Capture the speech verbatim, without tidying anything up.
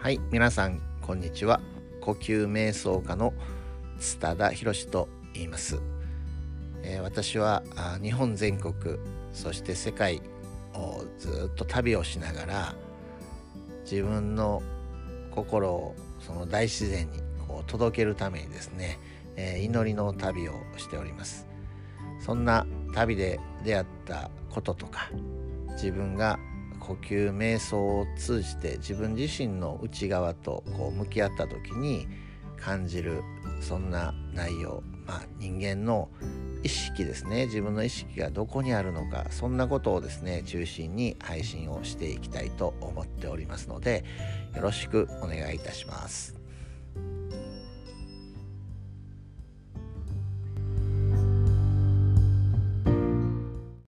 はい、皆さんこんにちは。呼吸瞑想家の津田博と言います。えー、私は日本全国そして世界をずっと旅をしながら、自分の心をその大自然にこう届けるためにですね、えー、祈りの旅をしております。そんな旅で出会ったこととか、自分が呼吸瞑想を通じて自分自身の内側とこう向き合った時に感じる、そんな内容、まあ、人間の意識ですね、自分の意識がどこにあるのか、そんなことをですね中心に配信をしていきたいと思っておりますので、よろしくお願いいたします。